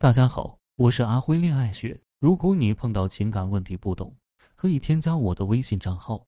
大家好，我是阿辉恋爱学。如果你碰到情感问题不懂，可以添加我的微信账号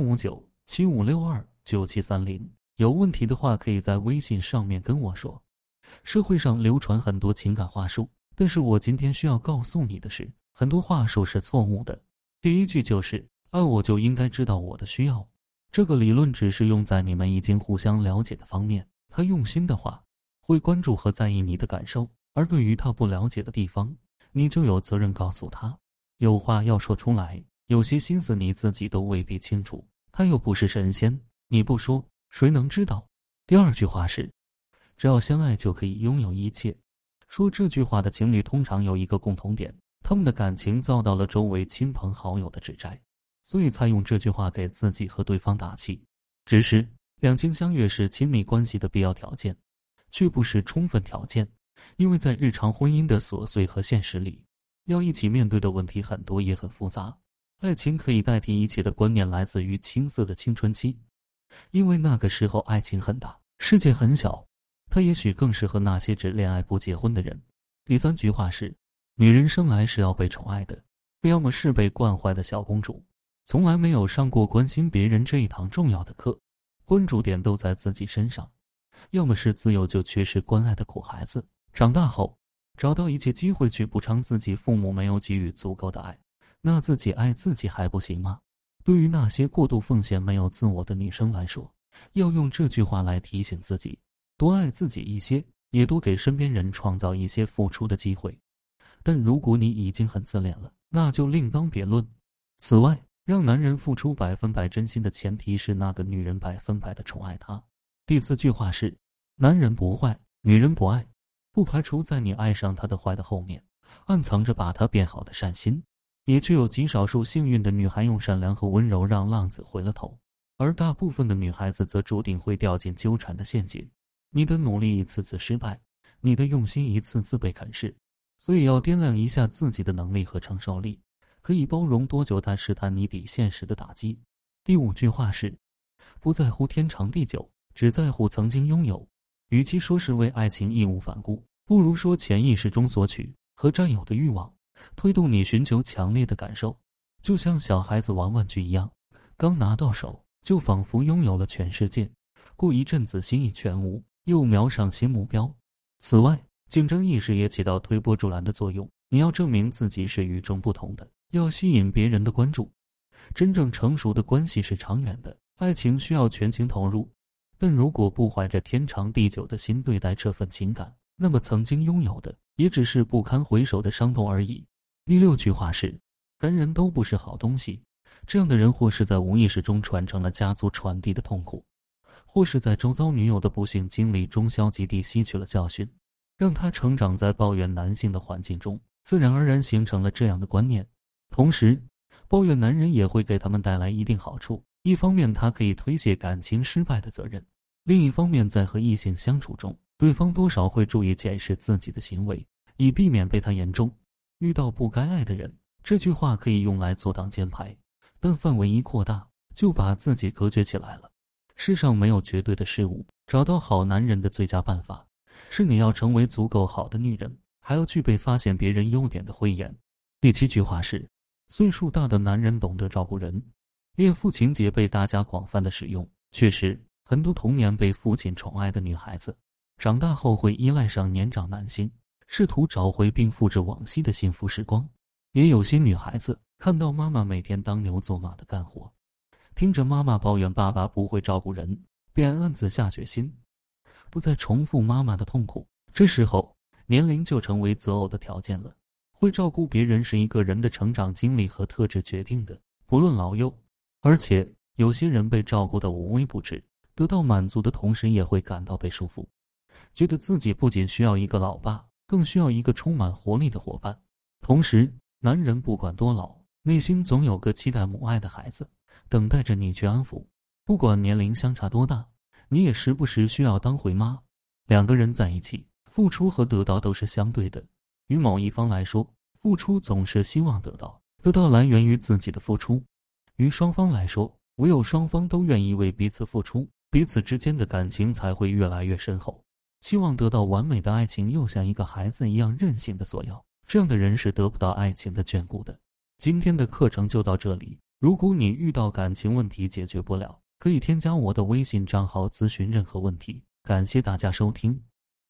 15975629730。有问题的话，可以在微信上面跟我说。社会上流传很多情感话术，但是我今天需要告诉你的是，很多话术是错误的。第一句就是爱我就应该知道我的需要，这个理论只是用在你们已经互相了解的方面。他用心的话，会关注和在意你的感受。而对于他不了解的地方，你就有责任告诉他，有话要说出来。有些心思你自己都未必清楚，他又不是神仙，你不说，谁能知道？第二句话是，只要相爱就可以拥有一切。说这句话的情侣通常有一个共同点，他们的感情遭到了周围亲朋好友的指摘，所以才用这句话给自己和对方打气。只是两情相悦是亲密关系的必要条件，却不是充分条件。因为在日常婚姻的琐碎和现实里，要一起面对的问题很多也很复杂。爱情可以代替一切的观念来自于青涩的青春期，因为那个时候爱情很大，世界很小，它也许更适合那些只恋爱不结婚的人。第三句话是，女人生来是要被宠爱的，要么是被惯坏的小公主，从来没有上过关心别人这一堂重要的课，关注点都在自己身上；要么是自幼就缺失关爱的苦孩子，长大后找到一切机会去补偿自己父母没有给予足够的爱，那自己爱自己还不行吗？对于那些过度奉献没有自我的女生来说，要用这句话来提醒自己，多爱自己一些，也多给身边人创造一些付出的机会。但如果你已经很自恋了，那就另当别论。此外，让男人付出100%真心的前提是那个女人100%的宠爱他。第四句话是，男人不坏，女人不爱，不排除在你爱上他的坏的后面，暗藏着把他变好的善心。也却有极少数幸运的女孩用善良和温柔让浪子回了头，而大部分的女孩子则注定会掉进纠缠的陷阱。你的努力一次次失败，你的用心一次次被啃噬，所以要掂量一下自己的能力和承受力，可以包容多久他试探你底线时的打击。第五句话是，不在乎天长地久，只在乎曾经拥有。与其说是为爱情义无反顾，不如说潜意识中索取和占有的欲望推动你寻求强烈的感受，就像小孩子玩玩具一样，刚拿到手就仿佛拥有了全世界，过一阵子心意全无，又瞄上新目标。此外，竞争意识也起到推波助澜的作用，你要证明自己是与众不同的，要吸引别人的关注。真正成熟的关系是长远的，爱情需要全情投入，但如果不怀着天长地久的心对待这份情感，那么曾经拥有的也只是不堪回首的伤痛而已。第六句话是，人人都不是好东西。这样的人或是在无意识中传承了家族传递的痛苦，或是在周遭女友的不幸经历中消极地吸取了教训，让他成长在抱怨男性的环境中，自然而然形成了这样的观念。同时，抱怨男人也会给他们带来一定好处，一方面他可以推卸感情失败的责任，另一方面在和异性相处中，对方多少会注意检视自己的行为，以避免被他言中。遇到不该爱的人，这句话可以用来做挡箭牌，但范围一扩大，就把自己隔绝起来了。世上没有绝对的事物，找到好男人的最佳办法是你要成为足够好的女人，还要具备发现别人优点的慧眼。第七句话是，岁数大的男人懂得照顾人。恋父情节被大家广泛的使用，确实，很多童年被父亲宠爱的女孩子，长大后会依赖上年长男性，试图找回并复制往昔的幸福时光。也有些女孩子看到妈妈每天当牛做马的干活，听着妈妈抱怨爸爸不会照顾人，便暗自下决心，不再重复妈妈的痛苦。这时候，年龄就成为择偶的条件了。会照顾别人是一个人的成长经历和特质决定的，不论老幼。而且，有些人被照顾得无微不至，得到满足的同时也会感到被束缚，觉得自己不仅需要一个老爸，更需要一个充满活力的伙伴。同时，男人不管多老，内心总有个期待母爱的孩子，等待着你去安抚。不管年龄相差多大，你也时不时需要当回妈。两个人在一起，付出和得到都是相对的。于某一方来说，付出总是希望得到，得到来源于自己的付出。于双方来说，唯有双方都愿意为彼此付出，彼此之间的感情才会越来越深厚。 期望得到完美的爱情，又像一个孩子一样任性的索要，这样的人是得不到爱情的眷顾的。今天的课程就到这里，如果你遇到感情问题解决不了，可以添加我的微信账号咨询任何问题。感谢大家收听。